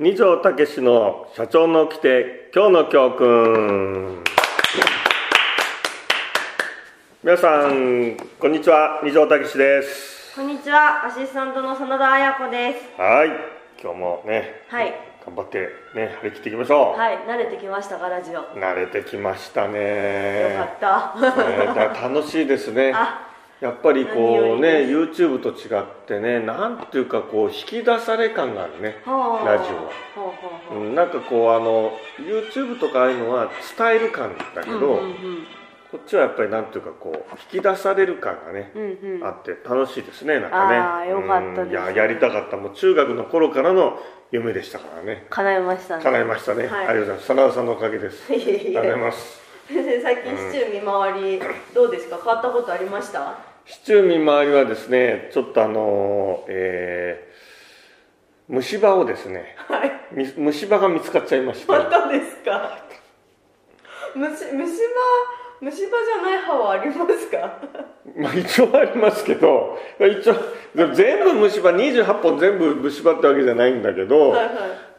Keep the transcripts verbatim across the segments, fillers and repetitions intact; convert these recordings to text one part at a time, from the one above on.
二条武史の社長の掟、今日の教訓。皆さんこんにちは、二条武史です。 こんにちは、アシスタントの真田彩子です。 はい、今日もね、 はい、 頑張ってね、張り切っていきましょう。 はい、慣れてきましたか、ラジオ。 慣れてきましたね。 よかった。 ね、だから楽しいですね。 あ、 やっぱりこうね、 何よりです。 YouTube と違ってね、なんていうかこう引き出され感があるね、 はあ、 ラジオは。 はあはあ、 うん、なんかこうあの YouTube とかああいうのは伝える感だけど、 うんうんうん、 こっちはやっぱりなんていうかこう引き出される感がね、 うんうん、 あって楽しいですね、なんかね。 ああ、よかったです、ね。 いや、やりたかった。もう中学の頃からの夢でしたからね。 叶えましたね。 叶えましたね、はい、ありがとうございます。真田さんのおかげです。ありがとうございます。 先生、最近シチュー見回り、どうですか？変わったことありました？ シチュー見回りはですね、ちょっとあの、えー、虫歯をですね、 はい、 虫歯が見つかっちゃいました。 またですか？虫、虫歯、虫歯じゃない歯はありますか？ まあ一応ありますけど、一応全部虫歯、にじゅうはっぽん全部虫歯ってわけじゃないんだけど、はいはい、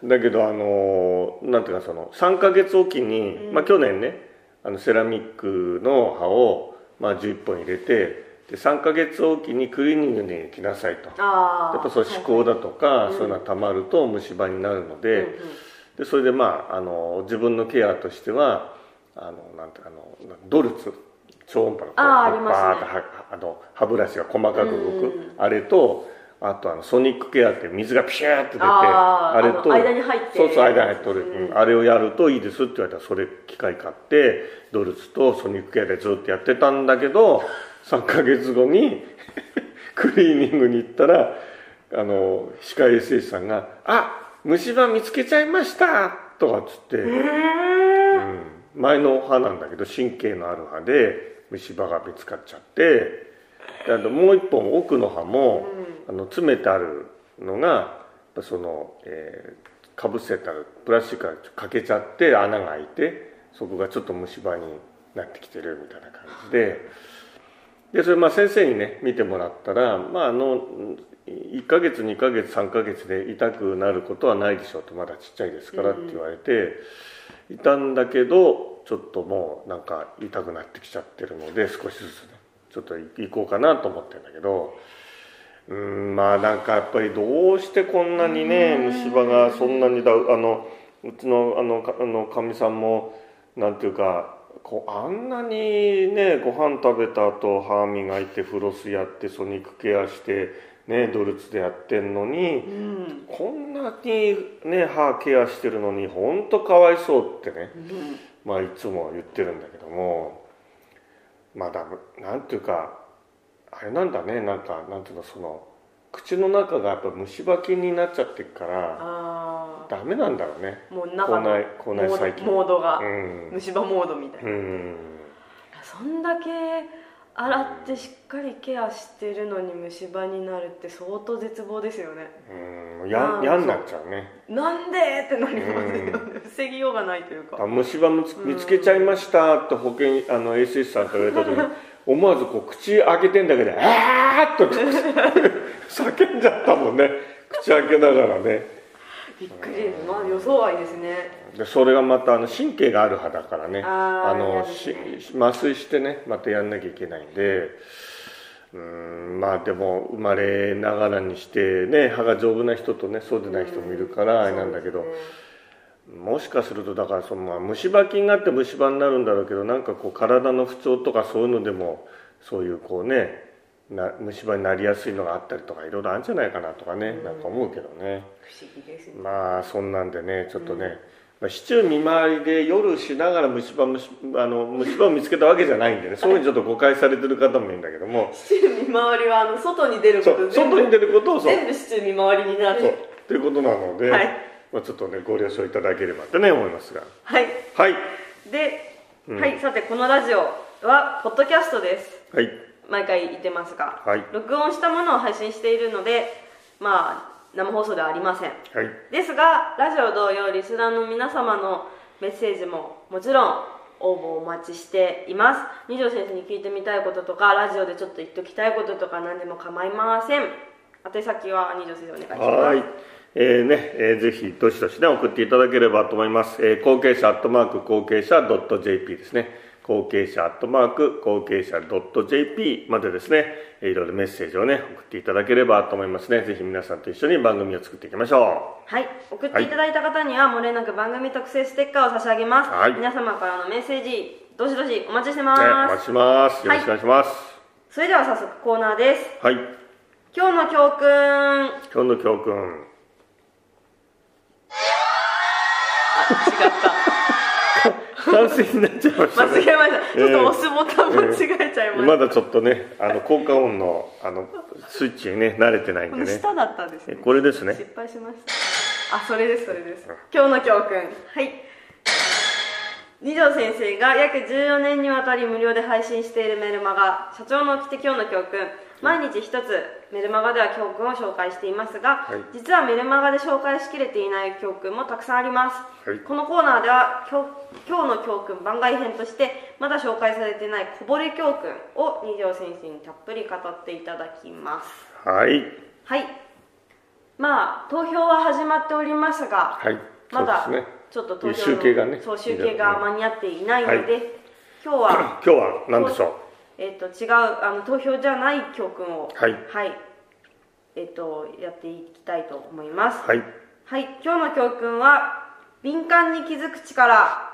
だけどあのなんていうかそのさんかげつおきに、うん、まあ去年ね、あのセラミックの歯をまあじゅういっぽん入れて、でさんかげつおきにクリーニングに行きなさいと。 あ、 やっぱそう歯垢だとか、はいはい、そういうのがたまると虫歯になるので、うんうん、でそれでまああの自分のケアとしてはあのなんてあのドルツ、超音波のあー、 バーッとあの歯ブラシが細かく動く、うん、あれと、あとあのソニックケアって水がピシューって出て、 あ, あれと間に入ってそうそう間に入ってる、うん、あれをやるといいですって言われたら、それ機械買ってドルツとソニックケアでずっとやってたんだけど、さんかげつごにクリーニングに行ったら、あの歯科衛生士さんが「あ、虫歯見つけちゃいました」とかっつって、うん、前の歯なんだけど神経のある歯で虫歯が見つかっちゃって、あともう一本奥の歯も、うん、あの詰めてあるのがその、えー、かぶせてあるプラスチックが欠けちゃって穴が開いて、そこがちょっと虫歯になってきてるみたいな感じで。でそれまあ先生にね見てもらったら、まあ、あのいっかげつにかげつさんかげつで痛くなることはないでしょうと、まだちっちゃいですからって言われて、うん、いたんだけどちょっともうなんか痛くなってきちゃってるので、少しずつねちょっと行こうかなと思ってるんだけど、うーんまあなんかやっぱりどうしてこんなにね虫歯がそんなにだ、あのうちのあのあのかみさんもなんていうか、こうあんなにねご飯食べた後歯磨いてフロスやってソニックケアしてねドルツでやってんのに、うん、こんなにね歯ケアしてるのに本当かわいそうってね、うん、まあいつも言ってるんだけども、まあだなんていうかあれなんだね、なんかなんていうの、その口の中がやっぱ虫歯菌になっちゃってるからあダメなんだろうね、 もう中の口内口内細菌モードが、 うん、 虫歯モードみたいな、 うん、 そんだけ洗ってしっかりケアしてるのに虫歯になるって相当絶望ですよね。 うん、や嫌になっちゃうね。 なんでってなりますよね、うん、防ぎようがないというか。 虫歯見つけちゃいましたって保健あの衛生士さんから言われた時に思わずこう口開けてんだけど「あーっ!」と叫んじゃったもんね、口開けながらね。 びっくり、まあ予想外ですね。 でそれがまたあの神経がある歯だからね、 ああの、 ね、 麻酔してねまたやんなきゃいけないんで、うーんまあでも生まれながらにしてね歯が丈夫な人とねそうでない人もいるからあれなんだけど、ね、もしかするとだからその、まあ、虫歯菌があって虫歯になるんだろうけど、なんかこう体の不調とかそういうのでもそういうこうねな虫歯になりやすいのがあったりとかいろいろあるんじゃないかなとかね、うん、なんか思うけどね。 不思議ですね。 まあそんなんでねちょっとね、うんまあ、シチュー見回りで夜しながら虫歯虫あの虫歯を見つけたわけじゃないんでね、そういうふうにちょっと誤解されてる方もいるんだけども、 シチュー見回りはあの外に出ること全部外に出ることをそう全部シチュー見回りになるそうということなので、はいまあ、ちょっとねご了承いただければってね思いますが、 はいはいで、うん、はいさてこのラジオはポッドキャストです。 はい毎回言ってますが、 はい、 録音したものを配信しているのでまあ生放送ではありません、 はい、 ですがラジオ同様リスナーの皆様のメッセージももちろん応募お待ちしています。二条先生に聞いてみたいこととかラジオでちょっと言っておきたいこととか何でも構いません。宛先は二条先生お願いします。 はいえーねえー、ぜひどしどしね送っていただければと思います。えー、後継者アットマーク後継者 .jp ですね。後継者アットマーク後継者 .jp までですね、いろいろメッセージをね送っていただければと思いますね。ぜひ皆さんと一緒に番組を作っていきましょう。はい、送っていただいた方にはもれなく番組特製ステッカーを差し上げます。はい、皆様からのメッセージどしどしお待ちしてます。ね、 お待ちします。よろしくお願いします。はい、 それでは早速コーナーです。 はい。 今日の教訓。 今日の教訓。 あ、違った。 完成になっちゃいましたね。 間違えました。ちょっと押すボタン間違えちゃいました。えー、 まだちょっとね、あの効果音のあのスイッチにね慣れてないんでね。 この下だったんですね。 これですね。 失敗しました。あ、それですそれです。今日の教訓。はい。二条先生が約じゅうよねんにわたり無料で配信しているメルマガ社長の掟今日の教訓、毎日一つメルマガでは教訓を紹介していますが、はい、実はメルマガで紹介しきれていない教訓もたくさんあります。はい、このコーナーでは今日、今日の教訓番外編としてまだ紹介されていないこぼれ教訓を二条先生にたっぷり語っていただきます。 はいはい。まあ投票は始まっておりますが、はい、まだちょっと投票の集計がね、 そう集計が間に合っていないので、はい、今日は今日は何でしょう。 えー、と違うあの投票じゃない教訓を、 はいはいえー、とやっていきたいと思います。 はい、 はい、今日の教訓は敏感に気づく力。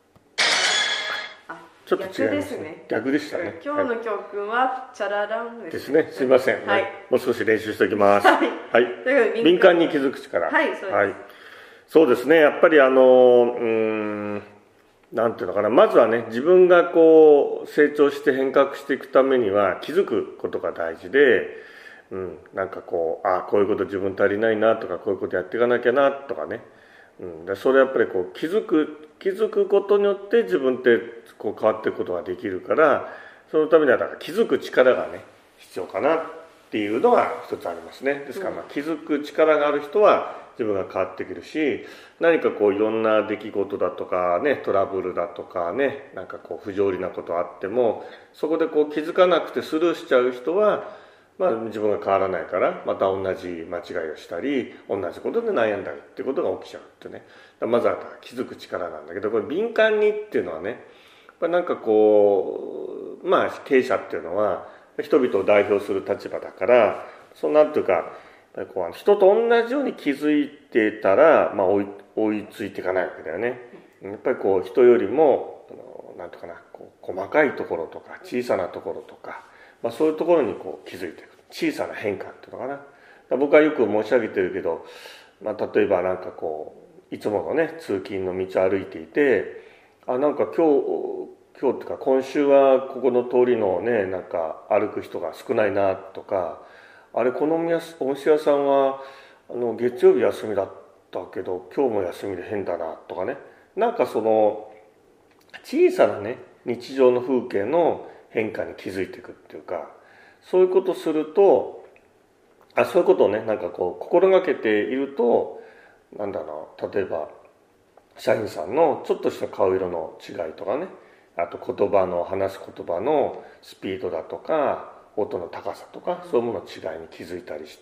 あ、 ちょっと違いますね。逆ですね。逆でしたね。 今日の教訓はチャラランですね。すいません、はい、もう少し練習しておきます。 はい、 はい、ということで敏感に気づく力。 はい、そうです。 はい、そうですね。やっぱりあのうーんなんていうのかな、まずはね自分がこう成長して変革していくためには気づくことが大事で、うん、なんかこうあこういうこと自分足りないなとかこういうことやっていかなきゃなとかね、うん、でそれやっぱりこう気づく気づくことによって自分ってこう変わっていくことができるから、そのためにはだから気づく力がね必要かなっていうのが一つありますね。ですからまあ気づく力がある人は自分が変わってくるし、何かこういろんな出来事だとかねトラブルだとかねなんかこう不条理なことあってもそこでこう気づかなくてスルーしちゃう人は、まあ、自分が変わらないからまた同じ間違いをしたり同じことで悩んだりっていうことが起きちゃうってね。まずは気づく力なんだけど、これ敏感にっていうのはねやっぱなんかこうまあ経営者っていうのは人々を代表する立場だからそうなんていうかこう人と同じように気づいてたら、まあ、追い、追いついていかないわけだよね。やっぱりこう人よりもなんとかなこう細かいところとか小さなところとか、まあ、そういうところにこう気づいていく小さな変化っていうのかな。僕はよく申し上げてるけど、まあ、例えばなんかこういつものね通勤の道を歩いていてあなんか今日今日っていうか今週はここの通りのねなんか歩く人が少ないなとか、あれこのお店屋さんはあの月曜日休みだったけど今日も休みで変だなとかね、なんかその小さなね日常の風景の変化に気づいていくっていうか、そういうことするとあそういうことをねなんかこう心がけているとなんだろう、例えば社員さんのちょっとした顔色の違いとかね、あと言葉の話す言葉のスピードだとか音の高さとかそういうものの違いに気づいたりして、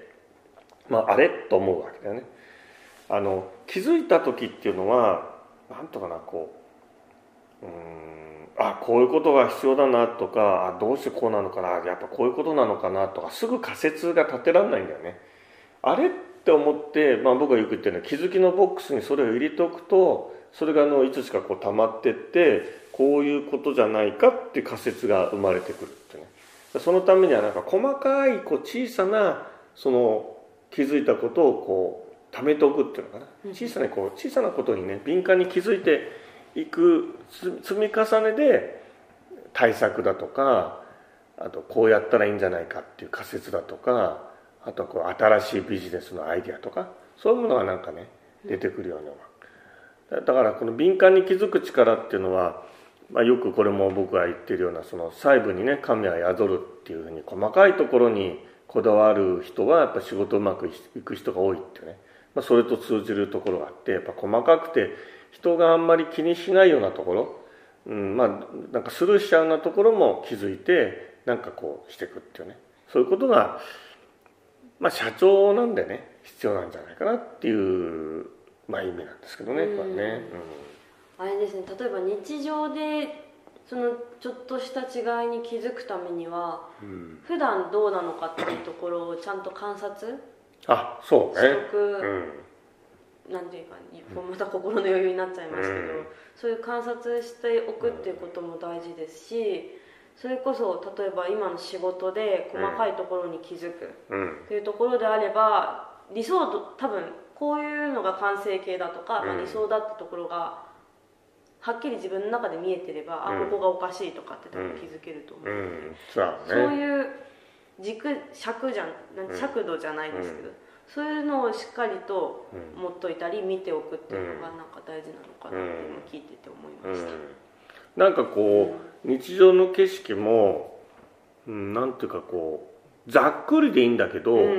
まあ、あれと思うわけだよね。あの気づいた時っていうのはなんとかなこううーんあこういうことが必要だなとかあどうしてこうなのかなやっぱこういうことなのかなとかすぐ仮説が立てられないんだよね。あれって思って、まあ、僕がよく言ってるのは気づきのボックスにそれを入れておくとそれがあのいつしかこう溜まってってこういうことじゃないかっていう仮説が生まれてくるってね。そのためにはなんか細かいこう小さなその気づいたことをこう貯めておくっていうのかな、小さなこう小さなことにね敏感に気づいていく積み重ねで対策だとかあとこうやったらいいんじゃないかっていう仮説だとかあとはこう新しいビジネスのアイデアとかそういうものがなんかね出てくるような、だからこの敏感に気づく力っていうのはまあ、よくこれも僕が言ってるようなその細部にね神は宿るっていうふうに細かいところにこだわる人はやっぱ仕事うまくいく人が多いっていうね、まあ、それと通じるところがあってやっぱ細かくて人があんまり気にしないようなところ、うん、まあなんかスルーしちゃうようなところも気づいてなんかこうしていくっていうね、そういうことがまあ社長なんでね必要なんじゃないかなっていう、まあ、意味なんですけどね、これね、 うん、あれですね、例えば日常でそのちょっとした違いに気づくためには、うん、普段どうなのかっていうところをちゃんと観察あそうねしとく、うん、なんていうかまた心の余裕になっちゃいますけど、うん、そういう観察しておくっていうことも大事ですし、それこそ例えば今の仕事で細かいところに気づくっていうところであれば、理想と多分こういうのが完成形だとか、まあ、理想だってところがはっきり自分の中で見えてれば、うん、あここがおかしいとかって多分気づけると思うので、うんうんそうね、そういう軸尺じゃん尺度じゃないですけど、うん、そういうのをしっかりと持っといたり見ておくっていうのがなんか大事なのかなって今聞いてて思いました、うんうん、 なんかこう、うん、日常の景色も、うん、なんていうかこうざっくりでいいんだけど、うんうんうん、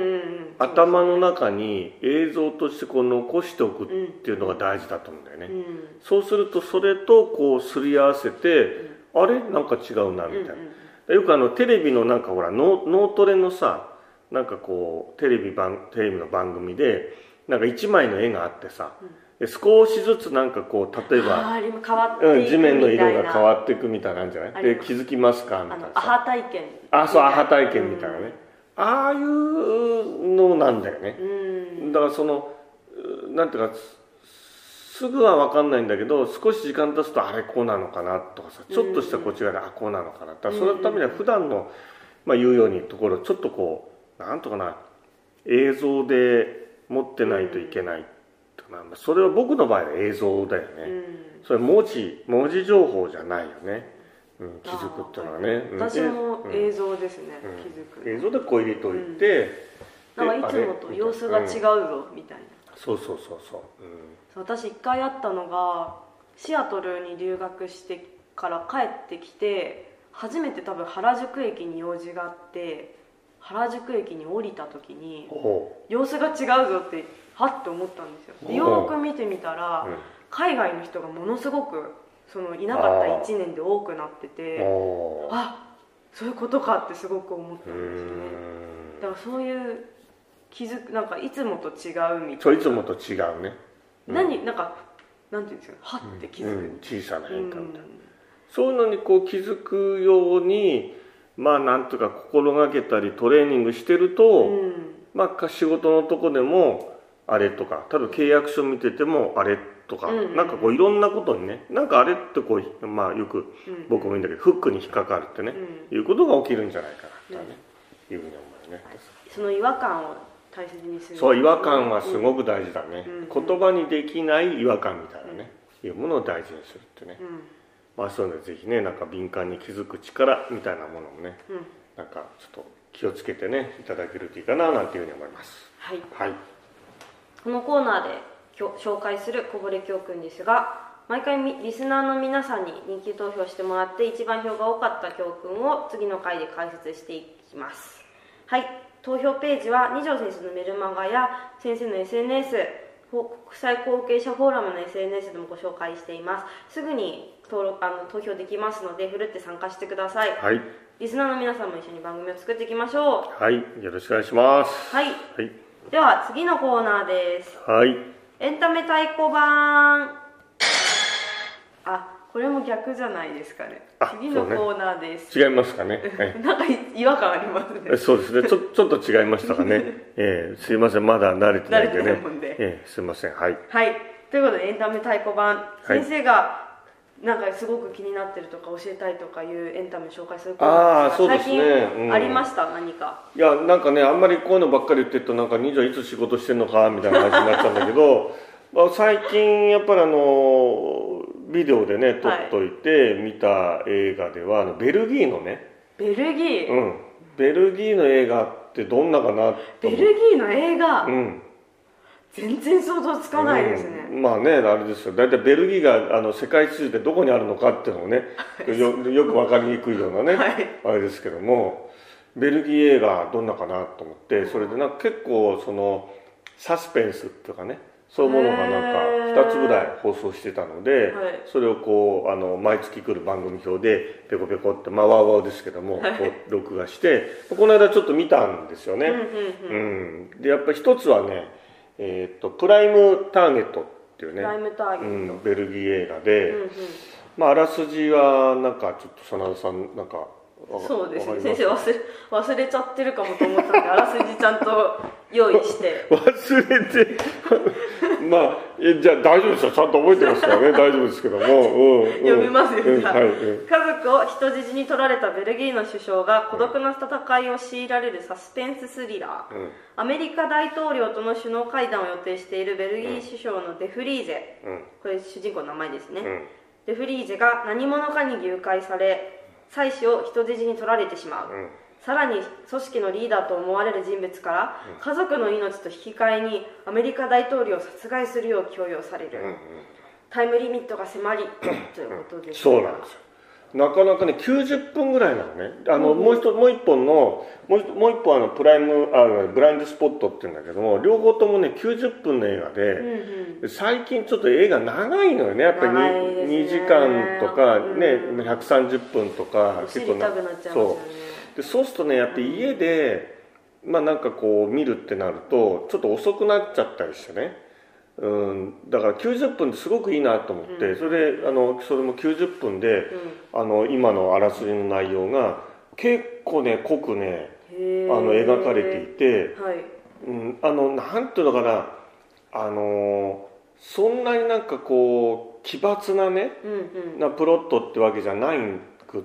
頭の中に映像としてこう残しておくっていうのが大事だと思うんだよね、うん、そうするとそれとこうすり合わせて、うん、あれなんか違うなみたいな、うんうん、よくあのテレビのなんかほら脳トレのさなんかこうテレビ番テレビの番組でなんか一枚の絵があってさ、うん、少しずつなんかこう例えばあ変わっていくみたいな、 地面の色が変わっていくみたいなんじゃないで気づきますかみたいなさアハ体験あそうアハ体験みたいなね、うん、ああいうのなんだよね、うん、だからそのなんていうかすぐは分かんないんだけど少し時間経つとあれこうなのかなとかさちょっとしたこっち側で、うん、あこうなのかなだからそのためには普段の、まあ、言うようにところちょっとこうなんとかな映像で持ってないといけない、うんそれは僕の場合は映像だよね、うん、それ文字文字情報じゃないよね、うん、気づくっていうのはね、 うん、私も映像ですね、うん、気づく映像でこう入れといて、 うん、なんかいつもと様子が違うぞみたいな、 そうそうそうそう、 うん、私一回あったのがシアトルに留学してから帰ってきて初めて多分原宿駅に用事があって原宿駅に降りた時に様子が違うぞってはっと思ったんですよ。でよく見てみたら、うん、海外の人がものすごくそのいなかったいちねんで多くなってて、あそういうことかってすごく思ったんですよね。だからそういう気づくなんかいつもと違うみたいな。 そういつもと違うね。 うん、何なんかなんていうんですかはって気づく、 うんうん、小さな変化みたいな、うん、そういうのにこう気づくようにまあなんとか心がけたりトレーニングしてると、うん、まあ仕事のとこでもあれとか、ただ契約書見ててもあれとか、うんうん、なんかこういろんなことにね、なんかあれってこう、まあよく僕も言うんだけど、フックに引っかかるってね、うん、いうことが起きるんじゃないかなとね、うん、いうふうに思うね。 その違和感を大切にする。 そう、違和感はすごく大事だね。うん、言葉にできない違和感みたいなね、うん、いうものを大事にするってね。うん、まあそういうのでぜひね、なんか敏感に気づく力みたいなものもね、うん、なんかちょっと気をつけてね、いただけるといいかななんていうふうに思います。 はい。 はい。 このコーナーで紹介するこぼれ教訓ですが、毎回リスナーの皆さんに人気投票してもらって一番票が多かった教訓を次の回で解説していきます。はい、投票ページは二条先生のメルマガや先生の エスエヌエス、国際後継者フォーラムの エスエヌエス でもご紹介しています。すぐに登録あの投票できますのでふるって参加してください。 はい。 リスナーの皆さんも一緒に番組を作っていきましょう。はい、よろしくお願いします。 はい。はい。では次のコーナーです。 はい。 エンタメ太鼓判。あ、これも逆じゃないですかね。次のコーナーです。 ね、違いますかね。はい、 なんか違和感ありますね。 そうですね。ちょちょっと違いましたかね。えー、すいません、まだ慣れてないんでね。 慣れてないもんで。 えー、すいません、はい。 はい。ということでエンタメ太鼓判、先生がなんかすごく気になってるとか教えたいとかいうエンタメ紹介するコーナーですが、最近ありました、うん、何か。いやなんかねあんまりこういうのばっかり言ってるとなんか兄ちゃんいつ仕事してんのかみたいな話になっちゃうんだけどまあ最近やっぱりあのビデオでね撮っといて見た映画では、はい、あのベルギーのねベルギーうんベルギーの映画ってどんなかなベルギーの映画うん全然想像つかないですね、 うん、まあねあれですよ大体ベルギーがあの世界地図でどこにあるのかっていうのをねよ, よく分かりにくいようなね、はい、あれですけどもベルギー映画どんなかなと思ってそれでなんか結構そのサスペンスっていうかねそういうものがなんかふたつぐらい放送してたので、 はい、 それをこうあの毎月来る番組表でペコペコって、まあワーワーですけども、 はい、 こう録画してこの間ちょっと見たんですよね。 うんうんうん、でやっぱり一つはね、えー、とプライムターゲットっていうね、 プライムターゲット、 うん、ベルギー映画で、 うんうん、 まああらすじはなんかちょっと真田さんなんかそうですね、先生忘れ忘れちゃってるかもと思ったんであらすじちゃんと用意して忘れてまあえじゃあ大丈夫ですよ、ちゃんと覚えてますからね大丈夫ですけども、うん、 読みますよ、じゃあ、 はい、うん、 家族を人質に取られたベルギーの首相が孤独な戦いを強いられるサスペンススリラー、うん、アメリカ大統領との首脳会談を予定しているベルギー首相のデフリーゼ、うん、これ主人公の名前ですね、うん、デフリーゼが何者かに誘拐され妻子を人質に取られてしまう、うん、さらに組織のリーダーと思われる人物から、うん、家族の命と引き換えにアメリカ大統領を殺害するよう強要される、うんうん、タイムリミットが迫りということです、 うん、そうなんですよ。なかなかねきゅうじゅっぷんぐらいなのね。あの、うん、もう一もう一本のもうもう一本あのプライムあブラインドスポットっていうんだけども、両方ともねきゅうじゅっぷんの映画で、うんうん、最近ちょっと映画長いのよね、やっぱり 2, にじかんとかね、うん、ひゃくさんじゅっぷんとか結構なそうでそうするとねやっぱり家で、まあなんかこう見るってなるとちょっと遅くなっちゃったりしてね。うん、だからきゅうじゅっぷんってすごくいいなと思って、うん、それであのそれもきゅうじゅっぷんで、うん、あの今のあらすじの内容が結構ね濃くねあの描かれていて、はい、うん、あのなんていうのかな、あのそんなになんかこう奇抜なね、うんうん、なプロットってわけじゃないくって、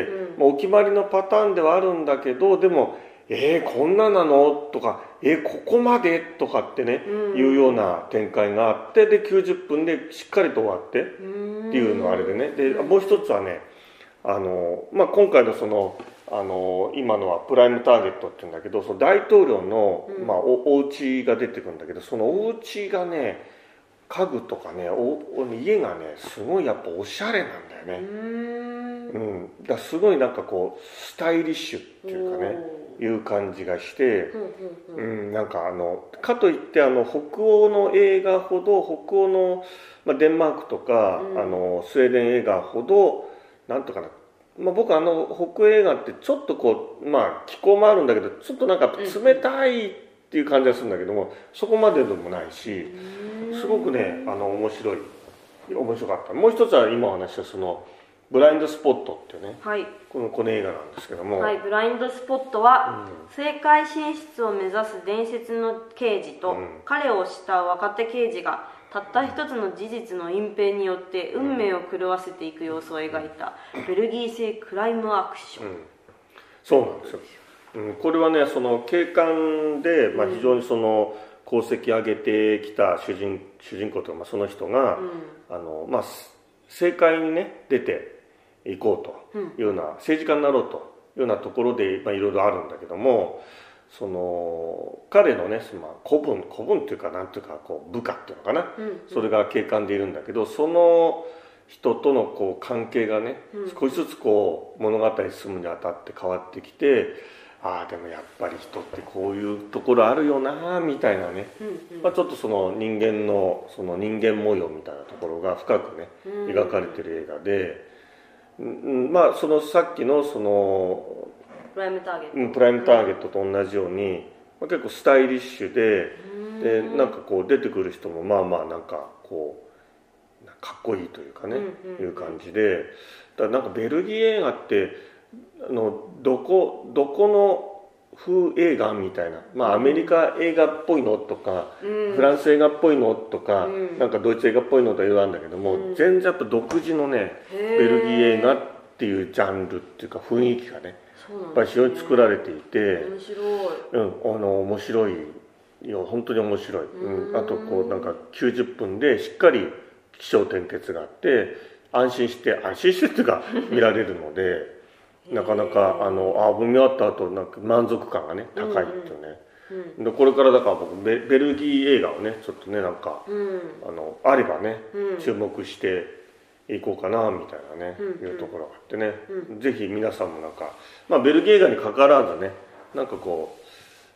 うん、まあ、お決まりのパターンではあるんだけど、でもえー、こんななのとか、えー、ここまでとかってね、うん、いうような展開があって、できゅうじゅっぷんでしっかりと終わってっていうのあれでね、でもう一つはね、あの、まあ、今回のそのあの今のはプライムターゲットっていうんだけど、その大統領の、うん、まあ、お, お家が出てくるんだけど、そのお家がね家具とかねお家がねすごいやっぱおしゃれなんだよね。うん、だすごいなんかこうスタイリッシュっていうかねいう感じがして、うん、なんかあのかといってあの北欧の映画ほど北欧の、まあ、デンマークとか、うん、あのスウェーデン映画ほどなんとかな、まあ、僕あの北欧映画ってちょっとこうまあ気候もあるんだけどちょっとなんか冷たいっていう感じがするんだけども、そこまででもないしすごくねあの面白い面白かった。もう一つは今お話したそのブラインドスポットっていうね、はい、このこの映画なんですけども、 はい、ブラインドスポットは、うん、政界進出を目指す伝説の刑事と、うん、彼をした若手刑事がたった一つの事実の隠蔽によって運命を狂わせていく様子を描いたベルギー製クライムアクション、うん、 そうなんですよ、うん、これはねその警官で、まあ、非常にその功績上げてきた主人、主人公というか、まあ、その人が、あのまあ、政界にね出て行こうというような、うん、政治家になろうというようなところで、まあ、いろいろあるんだけども、その彼のねその子分子分っていうかなんていうかこう部下っていうのかな、うんうん、それが警官でいるんだけど、その人とのこう関係がね、うん、少しずつこう物語進むにあたって変わってきて、ああでもやっぱり人ってこういうところあるよなみたいなね、うんうん、まあ、ちょっとその人間のその人間模様みたいなところが深くね、うん、描かれてる映画で。まあそのさっきのそのプライムターゲット、 プライムターゲットと同じように、まあ、結構スタイリッシュで、でなんかこう出てくる人もまあまあなんかこうかっこいいというかね、うんうん、いう感じで、だからなんかベルギー映画ってあのどこどこの風映画みたいな、まあアメリカ映画っぽいのとか、うん、フランス映画っぽいのとか、うん、なんかドイツ映画っぽいのとか言わんだけども、うん、全然やっぱ独自のねベルギー映画っていうジャンルっていうか雰囲気がね、やっぱり非常に作られていて、 面白い、 うん、あの面白いよ、本当に面白い、うん、あとこうなんかきゅうじゅっぷんでしっかり起承転結があって安心して安心してっていうか見られるのでなかなかあのあ見終わった後なんか満足感がね高いっていうね、うんうん、でこれからだから僕 ベ, ベルギー映画をねちょっとねなんか、うん、あのあればね、うん、注目していこうかなみたいなね、うんうん、いうところがあってね、うん、ぜひ皆さんもなんか、まあ、ベルギー映画にかかわらずねなんかこ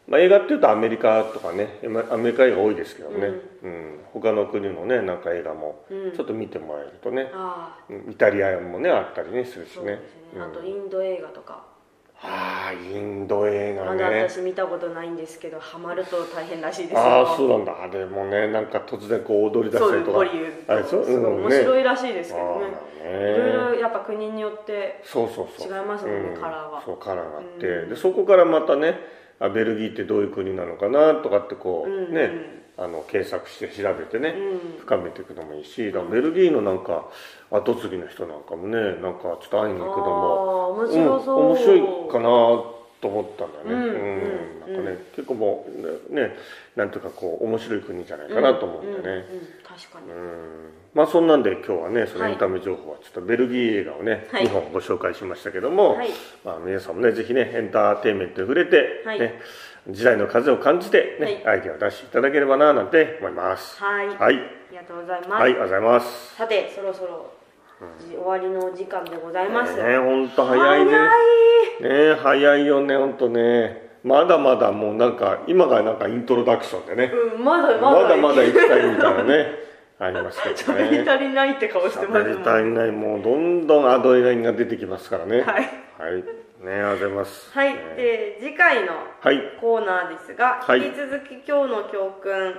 まあ、映画っていうとアメリカとかねアメリカ映画多いですけどね、うんうん、他の国のねなんか映画もちょっと見てもらえるとね、うん、イタリアもねあったりねするしね。 そうですね、うん、あとインド映画とか、 ああインド映画ね、 まだ私見たことないんですけどハマると大変らしいですよ。 ああそうなんだ。あれもねなんか突然こう踊り出したりとか、 そうボリュードすごい面白いらしいですけどね、いろいろやっぱ国によってそうそうそう違いますもんね、 うん、 カラーが。 そうカラーがあって、うん、でそこからまたねあベルギーってどういう国なのかなとかってこう、うん、ねあの検索して調べてね、うん、深めていくのもいいし、だからベルギーのなんか後継ぎの人なんかもねなんかちょっと会いに行くのも面白そう、 うん、面白いかなと思ったんだよね、うんうん、なんかね、結構もうねなんとかこう面白い国じゃないかなと思うんでね、 確かに、 うんまあそんなんで今日はねそのエンタメ情報はちょっとベルギー映画をね、はい、にほんご紹介しましたけども、はい、まあ、皆さんもねぜひねエンターテインメントに触れて、はい、ね、時代の風を感じて、ね、はい、アイデアを出していただければななんて思います。 はい、 はい、 ありがとうございます。 はい、ありがとうございます。 さてそろそろ、うん、終わりのお時間でございます。 ね、本当早いね。早いね、早いよね、本当ね。まだまだもうなんか今がなんかイントロダクションでね、 うん、まだまだまだまだ行きたいみたいなねありますけどね。 喋り足りないって顔してますもん。 喋り足りない、もうどんどんアドレナリンが出てきますからね。 はい、 はい、ね、ありがとうございます。 はい、ね、で次回のコーナーですが、はい、引き続き今日の教訓、うん、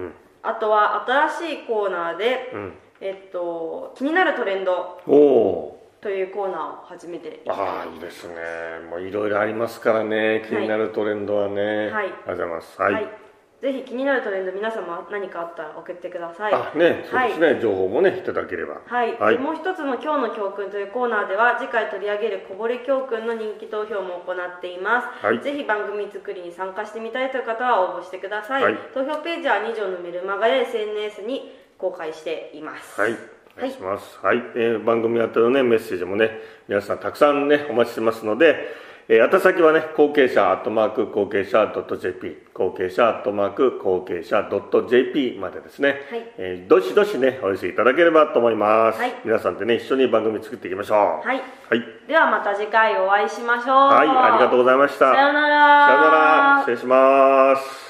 あとは新しいコーナーで、うん、えっと気になるトレンドというコーナーを始めていきたい。 ああいいですね。もういろいろありますからね、気になるトレンドはね。はい、ありがとうございます。はい、はい、 ぜひ気になるトレンド皆様何かあったら送ってください。 あね、そうですね、はい、情報もねいただければ。 はい、はい、でもう一つの今日の教訓というコーナーでは次回取り上げるこぼれ教訓の人気投票も行っています。はい、ぜひ番組作りに参加してみたいという方は応募してください。はい、投票ページはに条のメルマガや エスエヌエス に公開しています。 はい、お願いします。はい、はい、えー、番組宛てのねメッセージもね皆さんたくさんねお待ちしてますので。えー、宛先はね、後継者アットマーク後継者 .jp、後継者アットマーク後継者 .jp までですね、はい、えー、どしどしね、お寄せいただければと思います。はい、皆さんでね、一緒に番組作っていきましょう。 はい。はい、ではまた次回お会いしましょう。 はい、ありがとうございました。 さようなら。 さようなら。失礼します。